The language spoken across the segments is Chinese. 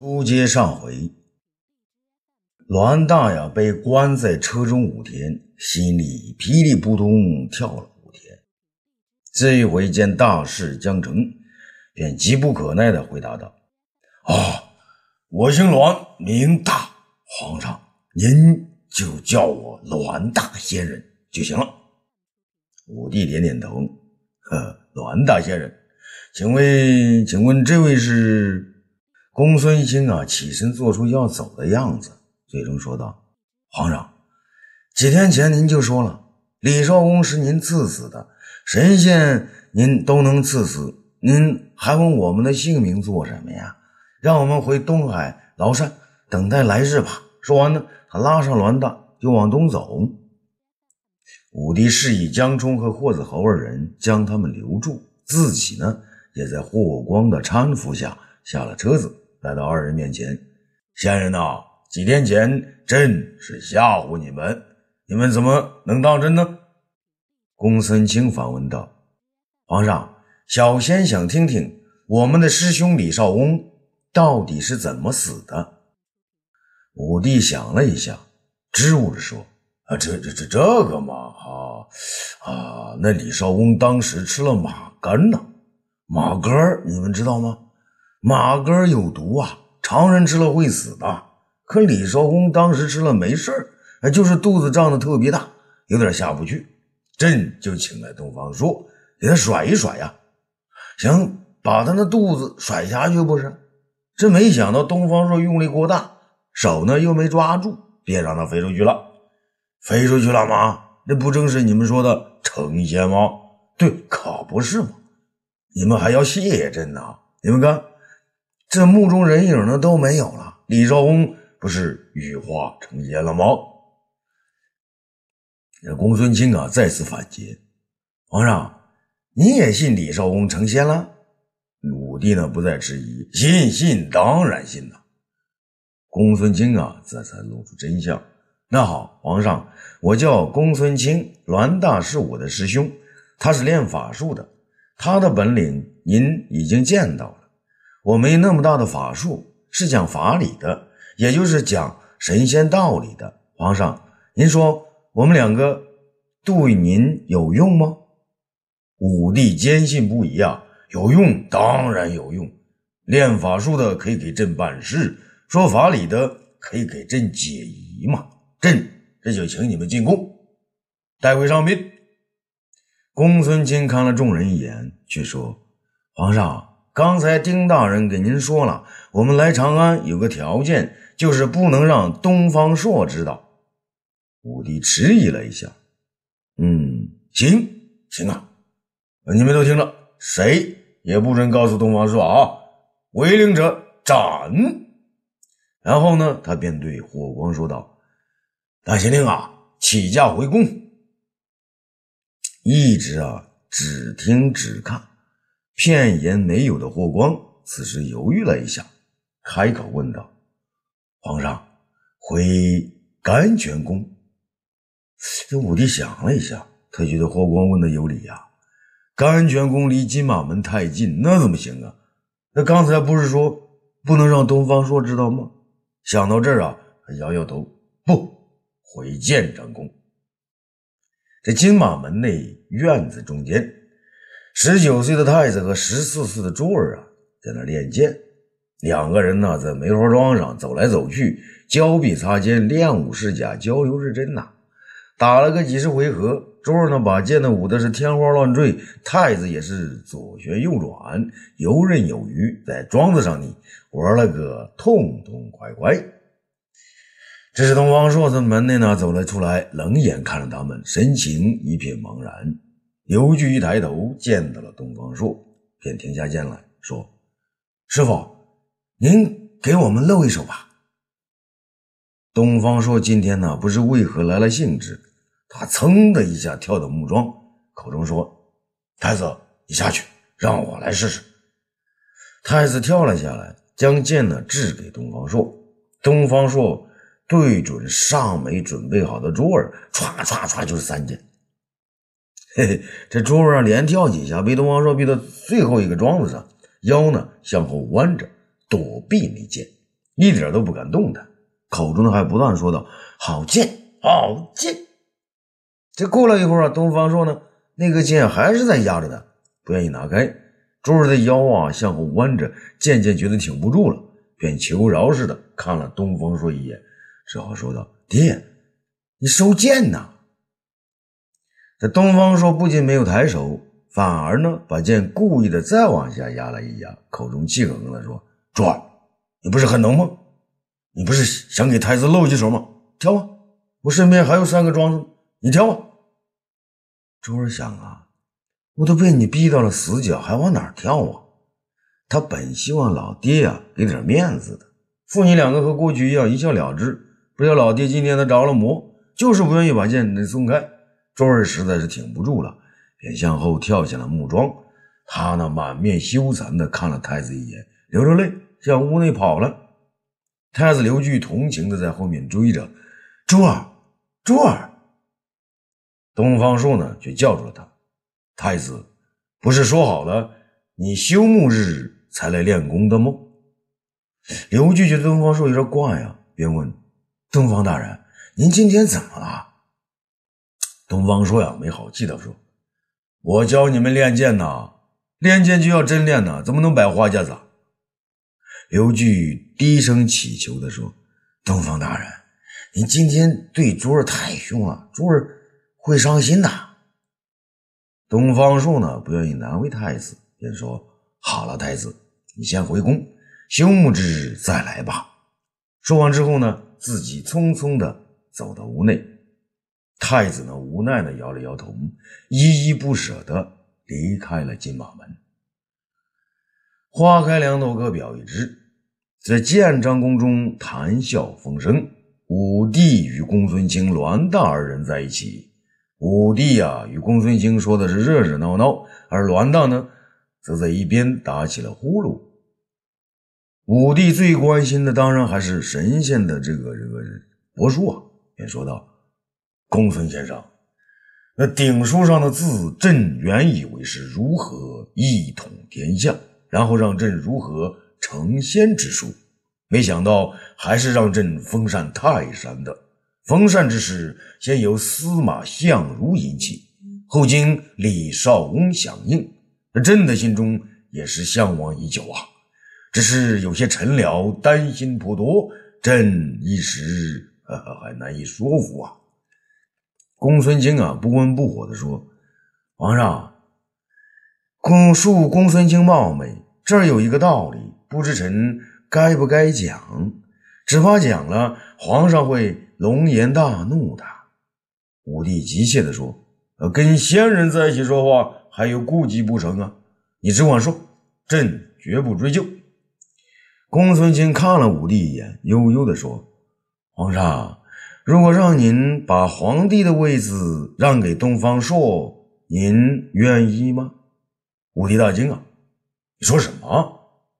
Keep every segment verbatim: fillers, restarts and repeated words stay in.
书接上回，栾大呀被关在车中五天，心里噼里扑通跳了五天。这一回见大事将成，便急不可耐地回答道：啊，我姓栾，名大，皇上您就叫我栾大仙人就行了。武帝点点头，呵，栾大仙人，请问请问这位是？公孙兴啊起身做出要走的样子，最终说道：皇上，几天前您就说了，李少公是您赐死的，神仙您都能赐死，您还问我们的姓名做什么呀？让我们回东海崂山等待来日吧。说完呢，他拉上栾大就往东走。武帝示意江充和霍子侯二人将他们留住，自己呢也在霍光的搀扶下下了车子，来到二人面前。仙人啊，几天前朕是吓唬你们，你们怎么能当真呢？公孙卿反问道：皇上，小仙想听听我们的师兄李少翁到底是怎么死的。武帝想了一下，支吾着说：啊，这这这这个嘛，啊啊，那李少翁当时吃了马肝呢。马肝你们知道吗？马肝有毒啊，常人吃了会死的。可李少公当时吃了没事儿，就是肚子胀得特别大，有点下不去。朕就请来东方朔给他甩一甩呀，想把他那肚子甩下去不是？这没想到东方朔用力过大，手呢又没抓住，便让他飞出去了。飞出去了吗？这不正是你们说的成仙吗？对，可不是吗？你们还要谢朕呢？你们看，这墓中人影呢都没有了，李少公不是羽化成仙了吗？这公孙卿啊再次反诘：皇上，你也信李少公成仙了？武帝呢不再迟疑：信信当然信了。公孙卿啊这才露出真相：那好，皇上，我叫公孙卿，栾大是我的师兄，他是练法术的，他的本领您已经见到了。我没那么大的法术，是讲法理的，也就是讲神仙道理的。皇上，您说我们两个对您有用吗？武帝坚信不疑啊，有用，当然有用。练法术的可以给朕办事，说法理的可以给朕解疑嘛。朕这就请你们进宫，带回上宾。公孙卿看了众人一眼，却说：皇上，刚才丁大人给您说了，我们来长安有个条件，就是不能让东方朔知道。武帝迟疑了一下，嗯，行行啊，你们都听着，谁也不准告诉东方朔啊，违令者斩。然后呢，他便对霍光说道：大县令啊，起驾回宫。一直啊只听只看，片言没有的霍光此时犹豫了一下，开口问道：皇上，回甘泉宫？这武帝想了一下，他觉得霍光问的有理呀、啊，甘泉宫离金马门太近，那怎么行啊？那刚才不是说不能让东方朔知道吗？想到这儿啊，他摇摇头，不，回建章宫。这金马门内院子中间，十九岁的太子和十四岁的珠儿啊，在那练剑。两个人呢，在梅花桩上走来走去，交臂擦肩，练武是假，交流是真呐。打了个几十回合，珠儿呢把剑呢舞的是天花乱坠，太子也是左旋右转，游刃有余，在桩子上呢玩了个痛痛快快。这时东方朔从门内呢走了出来，冷眼看着他们，神情一片茫然。刘据一抬头见到了东方朔，便停下剑来说：师父，您给我们露一手吧。东方朔今天呢不知为何来了兴致，他噌的一下跳到木桩，口中说：太子，你下去，让我来试试。太子跳了下来，将剑呢掷给东方朔。东方朔对准尚没准备好的珠儿，唰唰唰就是三剑。嘿嘿，这珠儿啊连跳几下，被东方朔逼到最后一个桩子上，腰呢向后弯着，躲避那剑。 一点都不敢动弹，口中呢还不断说道：“好剑，好剑。”这过了一会儿啊，东方朔呢，那个剑还是在压着他，不愿意拿开。珠儿的腰啊向后弯着，渐渐觉得挺不住了，便求饶似的看了东方朔一眼，只好说道：“爹，你收剑呐！”这东方朔不仅没有抬手，反而呢把剑故意的再往下压了一压，口中气哼哼的说：“珠儿，你不是很能吗？你不是想给太子露几手吗？跳啊！我身边还有三个庄子，你跳啊！”珠儿想啊，我都被你逼到了死角，还往哪儿跳啊？他本希望老爹啊给点面子的，父女两个和过去一样一笑了之。不料老爹今天他着了魔，就是不愿意把剑松开。珠儿实在是挺不住了，便向后跳下了木桩。他那满面羞惭的看了太子一眼，流着泪向屋内跑了。太子刘据同情的在后面追着：“珠儿，珠儿！”东方朔呢却叫住了他：“太子，不是说好了你休沐日才来练功的吗？”刘据觉得东方朔有点怪啊，便问：“东方大人，您今天怎么了？”东方朔呀没好气地说：“我教你们练剑呐，练剑就要真练呐，怎么能摆花架子？”刘据低声乞求地说：“东方大人，您今天对珠儿太凶了，珠儿会伤心的。”东方朔呢不愿意难为太子，便说：“好了，太子，你先回宫，休沐之日再来吧。”说完之后呢，自己匆匆地走到屋内。太子呢无奈地摇了摇头，依依不舍地离开了金马门。花开两朵，各表一枝。在建章宫中谈笑风生，武帝与公孙卿、栾大二人在一起。武帝啊与公孙卿说的是热热闹闹，而栾大呢则在一边打起了呼噜。武帝最关心的当然还是神仙的这个这个帛书啊，便说道：“公孙先生，那鼎书上的字，朕原以为是如何一统天下，然后让朕如何成仙之术，没想到还是让朕封禅泰山的。封禅之事，先由司马相如引起，后经李少翁响应，朕的心中也是向往已久啊。只是有些臣僚担心颇多，朕一时呵呵还难以说服啊。”公孙卿啊不温不火地说：“皇上，公恕公孙卿冒昧，这儿有一个道理，不知臣该不该讲，只怕讲了皇上会龙颜大怒的。”武帝急切地说：“呃，跟仙人在一起说话还有顾忌不成啊？你只管说，朕绝不追究。”公孙卿看了武帝一眼，悠悠地说：“皇上，如果让您把皇帝的位子让给东方朔，您愿意吗？”武帝大惊啊，你说什么？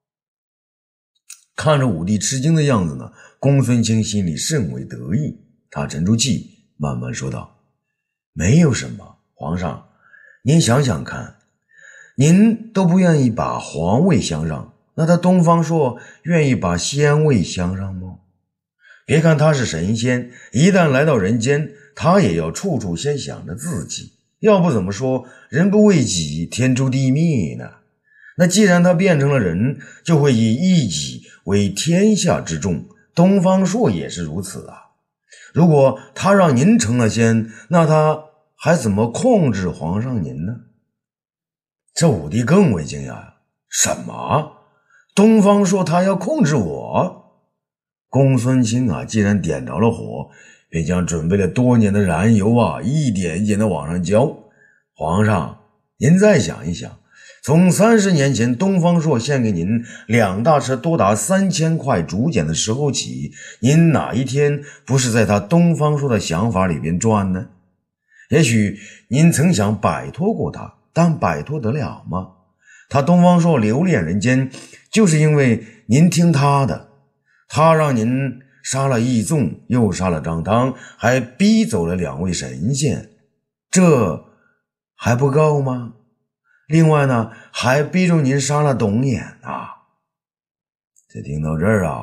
看着武帝吃惊的样子呢，公孙卿心里甚为得意，他沉住气慢慢说道：“没有什么，皇上，您想想看，您都不愿意把皇位相让，那他东方朔愿意把仙位相让吗？别看他是神仙，一旦来到人间，他也要处处先想着自己，要不怎么说人不为己，天诛地灭呢？那既然他变成了人，就会以一己为天下之重，东方朔也是如此啊。如果他让您成了仙，那他还怎么控制皇上您呢？”这武帝更为惊讶呀，什么？东方朔他要控制我？公孙卿啊既然点着了火，便将准备了多年的燃油啊一点一点的往上浇。皇上，您再想一想，从三十年前东方朔献给您两大车多达三千块竹简的时候起，您哪一天不是在他东方朔的想法里边转呢？也许您曾想摆脱过他，但摆脱得了吗？他东方朔留恋人间，就是因为您听他的，他让您杀了义纵，又杀了张汤，还逼走了两位神仙，这还不够吗？另外呢，还逼着您杀了董衍啊！这听到这儿啊，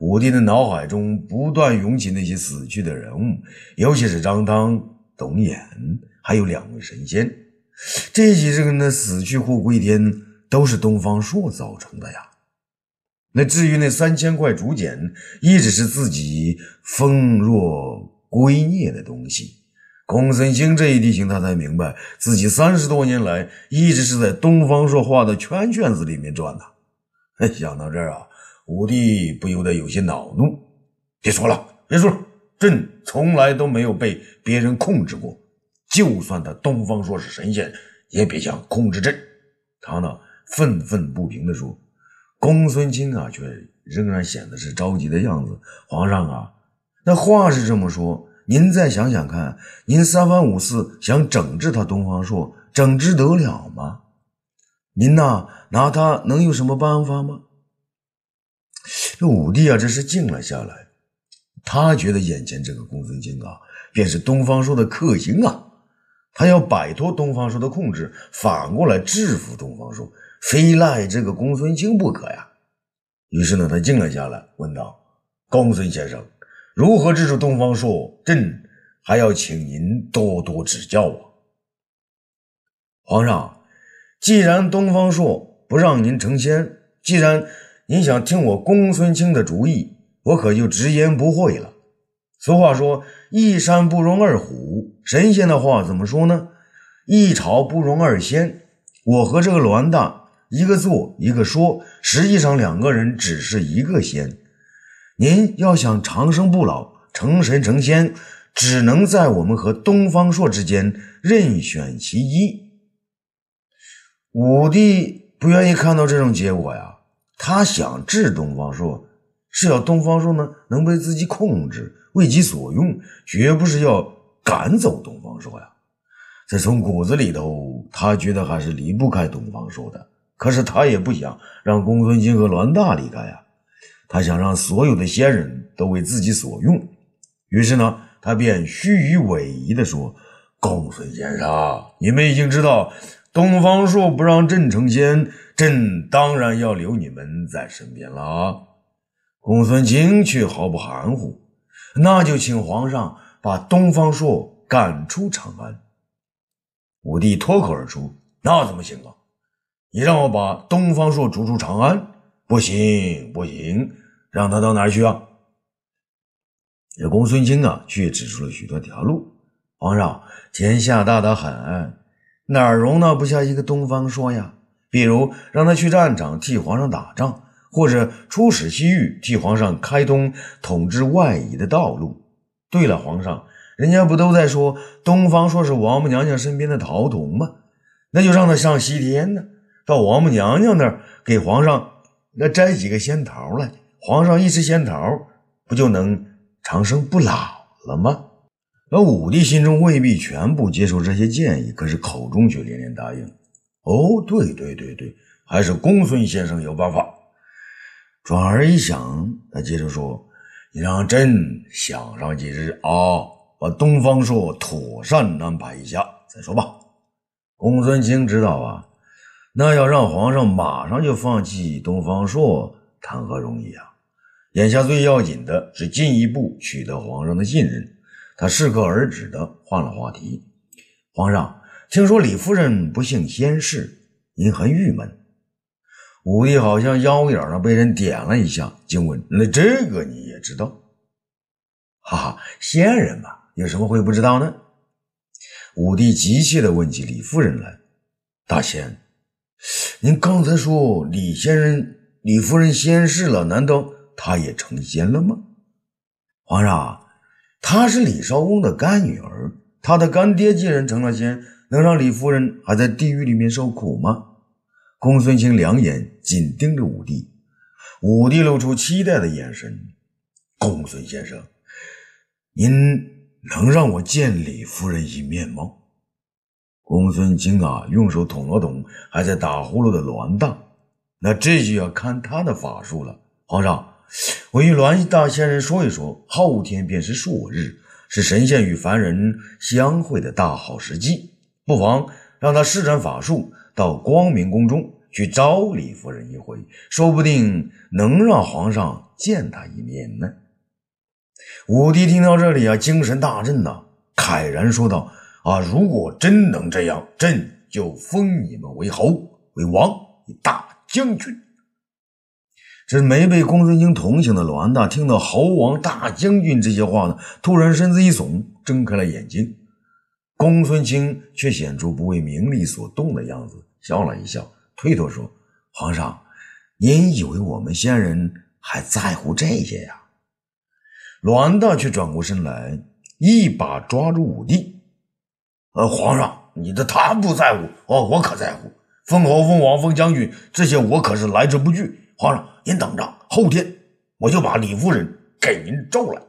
武帝的脑海中不断涌起那些死去的人物，尤其是张汤、董衍，还有两位神仙。这几个人的死去或归天，都是东方朔造成的呀。那至于那三千块竹简，一直是自己风若圭臬的东西。公孙兴这一地形，他才明白自己三十多年来一直是在东方朔画的圈圈子里面转的。想到这儿啊，武帝不由得有些恼怒。别说了，别说了，朕从来都没有被别人控制过，就算他东方朔是神仙，也别想控制朕。他呢，愤愤不平地说。公孙卿啊，却仍然显得是着急的样子。皇上啊，那话是这么说，您再想想看，您三番五次想整治他东方朔，整治得了吗？您呐，拿他能有什么办法吗？这武帝啊，这是静了下来。他觉得眼前这个公孙卿啊，便是东方朔的克星啊。他要摆脱东方朔的控制，反过来制服东方朔，非赖这个公孙卿不可呀。于是呢，他静了下来，问道：公孙先生，如何制住东方朔，朕还要请您多多指教啊。皇上，既然东方朔不让您成仙，既然您想听我公孙卿的主意，我可就直言不讳了。俗话说，一山不容二虎，神仙的话怎么说呢？一朝不容二仙。我和这个栾大，一个做一个说，实际上两个人只是一个仙。您要想长生不老，成神成仙，只能在我们和东方朔之间任选其一。武帝不愿意看到这种结果呀，他想治东方朔，是要东方朔呢能被自己控制，为己所用，绝不是要赶走东方朔呀。这从骨子里头，他觉得还是离不开东方朔的。可是他也不想让公孙卿和栾大离开呀，他想让所有的仙人都为自己所用。于是呢，他便虚与委蛇地说：公孙先生，你们已经知道东方朔不让朕成仙，朕当然要留你们在身边了。公孙卿却毫不含糊：那就请皇上把东方朔赶出长安。武帝脱口而出：那怎么行啊？你让我把东方朔逐出长安？不行不行，让他到哪儿去啊？这公孙卿啊，却指出了许多条路。皇上，天下大得很，哪儿容纳不下一个东方朔呀？比如让他去战场替皇上打仗，或者出使西域，替皇上开通统治外夷的道路。对了，皇上，人家不都在说东方朔是王母娘娘身边的桃童吗？那就让他上西天呢，到王母娘娘那儿给皇上那摘几个仙桃来，皇上一吃仙桃，不就能长生不老了吗？而武帝心中未必全部接受这些建议，可是口中却连连答应。哦，对对对对，还是公孙先生有办法。转而一想，他接着说：你让朕想上几日啊，把东方朔妥善安排一下再说吧。公孙卿知道啊，那要让皇上马上就放弃东方朔，谈何容易啊！眼下最要紧的是进一步取得皇上的信任。他适可而止地换了话题：皇上，听说李夫人不幸仙逝，您很郁闷。武帝好像腰眼上被人点了一下，惊问：那这个你也知道？哈哈，仙人嘛，有什么会不知道呢？武帝急切地问起李夫人来：大仙，您刚才说李仙人李夫人仙逝了，难道她也成仙了吗？皇上，她是李少翁的干女儿，她的干爹既然成了仙，能让李夫人还在地狱里面受苦吗？公孙卿两眼紧盯着武帝，武帝露出期待的眼神：公孙先生，您能让我见李夫人一面吗？公孙卿啊，用手捅了捅还在打呼噜的栾大，那这就要看他的法术了。皇上，我与栾大仙人说一说，后天便是朔日，是神仙与凡人相会的大好时机，不妨让他施展法术到光明宫中， 去找李夫人一回，说不定能让皇上见他一面呢。武帝听到这里啊，精神大振呐，慨然说道：啊，如果真能这样，朕就封你们为侯，为王，为大将军。这没被公孙卿同行的栾安大听到侯王大将军这些话呢，突然身子一耸，睁开了眼睛。公孙卿却显出不为名利所动的样子，笑了一笑，推脱说：皇上，您以为我们先人还在乎这些呀？栾大却转过身来，一把抓住武帝。呃，皇上，你的他不在乎，哦，我可在乎。封侯、封王、封将军，这些我可是来之不拒。皇上，您等着，后天我就把李夫人给您召来。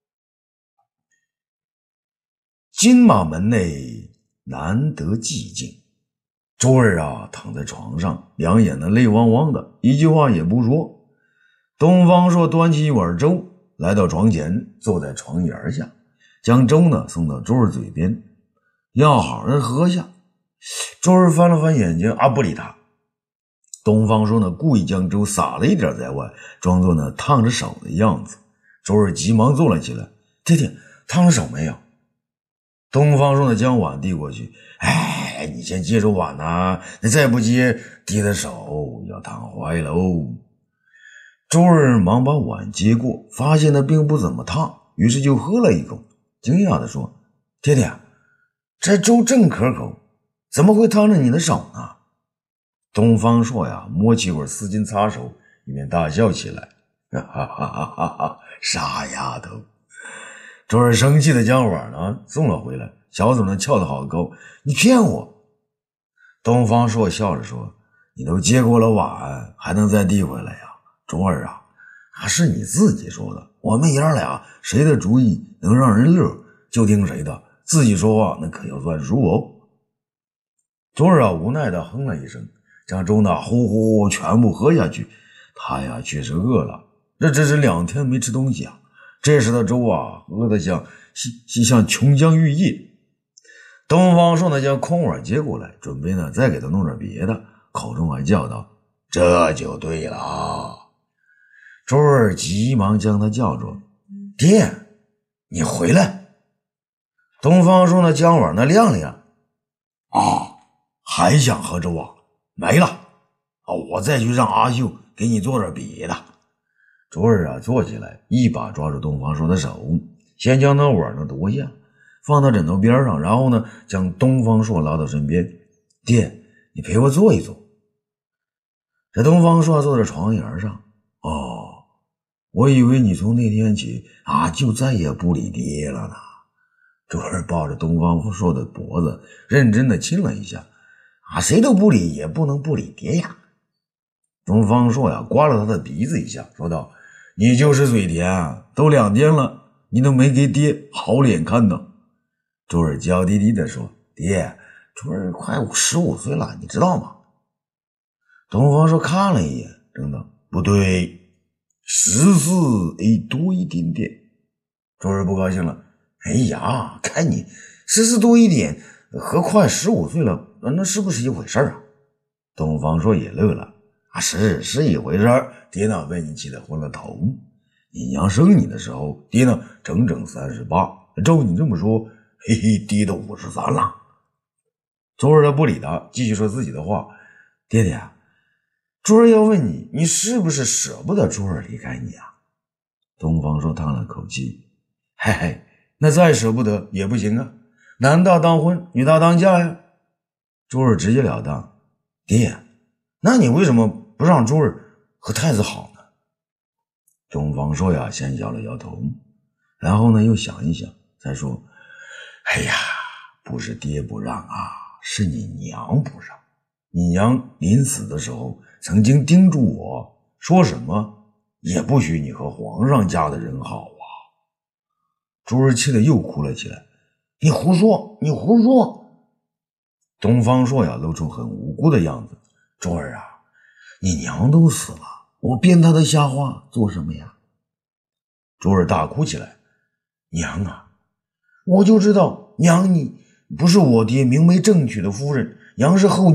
金马门内难得寂静，周儿啊躺在床上，两眼呢泪汪汪的，一句话也不说。东方朔端起一碗粥，来到床前，坐在床沿下，将粥呢送到周儿嘴边，要好的喝下。周儿翻了翻眼睛，啊，不理他。东方朔呢故意将粥洒了一点在外，装作呢烫着手的样子。周儿急忙坐了起来：爹爹，烫了手没有？东方朔呢将碗递过去，哎，你先接着碗啊，你再不接，爹的手要烫坏了哦。周儿忙把碗接过，发现它并不怎么烫，于是就喝了一口，惊讶地说：爹爹，这粥正可口，怎么会烫着你的手呢？东方朔呀摸起会丝巾擦手，一面大笑起来，哈哈哈哈哈，傻丫头。周儿生气的将碗呢送了回来，小嘴呢翘得好高，你骗我。东方朔笑着说：你都接过了碗，还能再递回来呀？周儿啊，还是你自己说的，我们爷俩谁的主意能让人乐就听谁的，自己说话那可要算数哦。周儿啊无奈的哼了一声，将粥呢呼呼全部喝下去。他呀确实饿了，这只是两天没吃东西啊。这时的粥啊喝得像像像琼浆玉液。东方朔呢将空碗接过来，准备呢再给他弄点别的，口中还叫道：这就对了。周儿急忙将他叫住：爹，你回来。东方朔呢将碗呢亮亮，啊，还想喝粥啊？没了啊，我再去让阿秀给你做点别的。周儿啊坐起来，一把抓住东方朔的手，先将那碗呢夺下，放到枕头边上，然后呢将东方朔拉到身边：爹，你陪我坐一坐。这东方朔坐在床沿上，哦，我以为你从那天起啊就再也不理爹了呢。周儿抱着东方朔的脖子认真的亲了一下，啊，谁都不理也不能不理爹呀。东方朔呀刮了他的鼻子一下，说道：你就是嘴甜，都两天了，你都没给爹好脸看呢。周儿娇滴滴地说：爹，周儿快十五岁了，你知道吗？东方朔看了一眼，正道：不对，十四诶多一点点。周儿不高兴了：哎呀，看你十四多一点和快十五岁了，那是不是一回事啊？东方朔也乐了：啊，是是一回事儿，爹呢为你起了婚了头，你娘生你的时候，爹呢整整三十八，照你这么说，嘿嘿，爹都五十三了。周儿不理他，继续说自己的话：爹爹，周儿要问你，你是不是舍不得周儿离开你啊？东方朔叹了口气：嘿嘿，那再舍不得也不行啊，男大当婚，女大当嫁呀。周儿直截了当：爹，那你为什么不让周儿和太子好呢？东方朔呀先摇了摇头，然后呢又想一想，才说：哎呀，不是爹不让啊，是你娘不让。你娘临死的时候曾经叮嘱我，说什么也不许你和皇上家的人好啊。周儿气得又哭了起来：你胡说，你胡说。东方朔呀露出很无辜的样子：周儿啊，你娘都死了，我编她的瞎话做什么呀？周儿大哭起来：娘啊，我就知道娘你不是我爹明媒正娶的夫人，娘是后娘，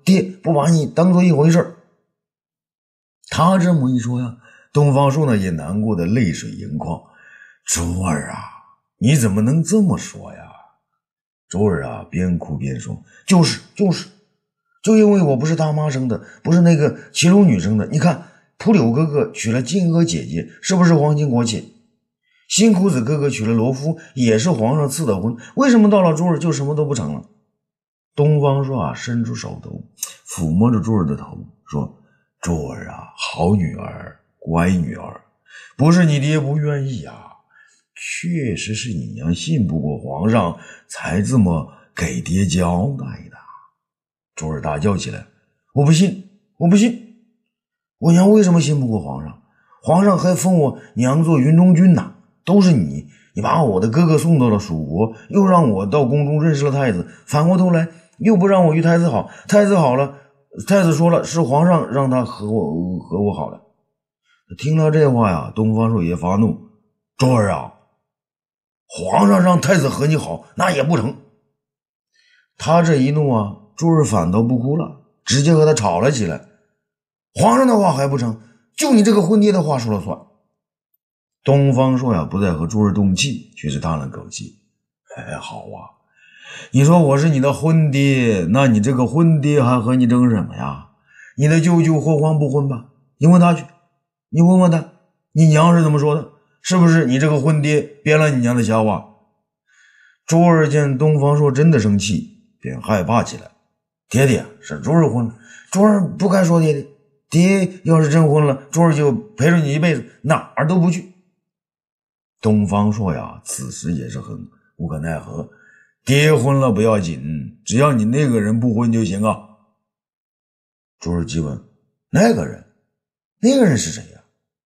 爹不把你当做一回事儿。他这么一说呀，东方朔呢也难过的泪水盈眶。珠儿啊，你怎么能这么说呀？珠儿啊边哭边说，就是就是就因为我不是他妈生的，不是那个齐鲁女生的，你看蒲柳哥哥娶了金娥姐姐，是不是皇亲国戚？辛苦子哥哥娶了罗夫，也是皇上赐的婚，为什么到了珠儿就什么都不成了？东方朔啊伸出手头抚摸着珠儿的头说，珠儿啊，好女儿，乖女儿，不是你爹不愿意啊，确实是你娘信不过皇上才这么给爹交代的。珠儿大叫起来，我不信，我不信，我娘为什么信不过皇上？皇上还封我娘做云中君呢，都是你，你把我的哥哥送到了蜀国，又让我到宫中认识了太子，反过头来又不让我与太子好，太子好了，太子说了是皇上让他和我和我好的。听到这话呀，东方朔也发怒，珠儿啊，皇上让太子和你好那也不成。他这一怒啊，珠儿反倒不哭了，直接和他吵了起来。皇上的话还不成，就你这个混爹的话说了算。东方朔呀不再和珠儿动气，却是叹了口气，哎，好啊，你说我是你的婚爹，那你这个婚爹还和你争什么呀？你的舅舅霍荒不婚吧？你问他去，你问问他，你娘是怎么说的？是不是你这个婚爹编了你娘的瞎话？珠儿见东方朔真的生气，便害怕起来。爹爹，是珠儿婚了，珠儿不该说爹爹，爹要是真婚了，珠儿就陪着你一辈子，哪儿都不去。东方朔呀此时也是很无可奈何，爹婚了不要紧，只要你那个人不婚就行啊。珠儿急问，那个人那个人是谁呀？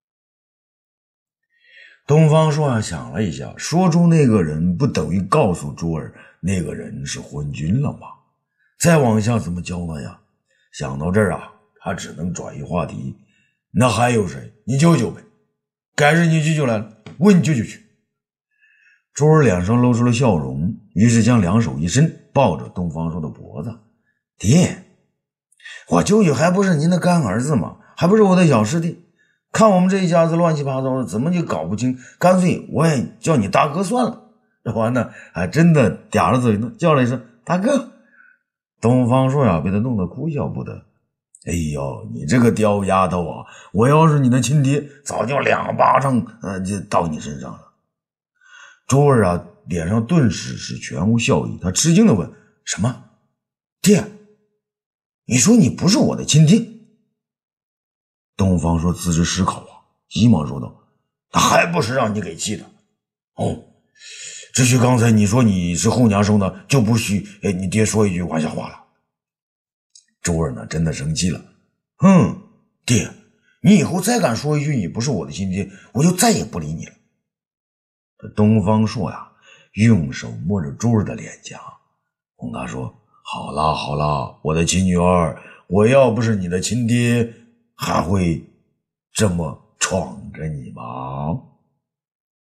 东方朔啊想了一下，说出那个人不等于告诉珠儿那个人是昏君了吗？再往下怎么交代呀？想到这儿啊，他只能转移话题，那还有谁？你舅舅呗，改日你舅舅来了，问你舅舅去。珠儿脸上露出了笑容，于是将两手一伸，抱着东方朔的脖子，爹，我舅舅还不是您的干儿子吗？还不是我的小师弟，看我们这一家子乱七八糟的，怎么就搞不清，干脆我也叫你大哥算了。说完呢还真的嗲着嘴呢，叫了一声大哥。东方朔呀被他弄得哭笑不得，哎呦，你这个刁丫头啊，我要是你的亲爹，早就两巴掌呃就到你身上了。珠儿啊脸上顿时是全无笑意，他吃惊地问，什么？爹，你说你不是我的亲爹？东方朔自知失口啊，急忙说道，他还不是让你给气的。哦，只许刚才你说你是后娘生的，就不许哎你爹说一句玩笑话了。珠儿呢真的生气了，哼，爹，你以后再敢说一句你不是我的亲爹，我就再也不理你了。东方朔呀用手摸着珠儿的脸颊，哄她说，好啦好啦，我的亲女儿，我要不是你的亲爹，还会这么宠着你吗？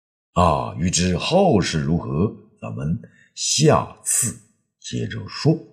啊，欲知后事如何，咱们下次接着说。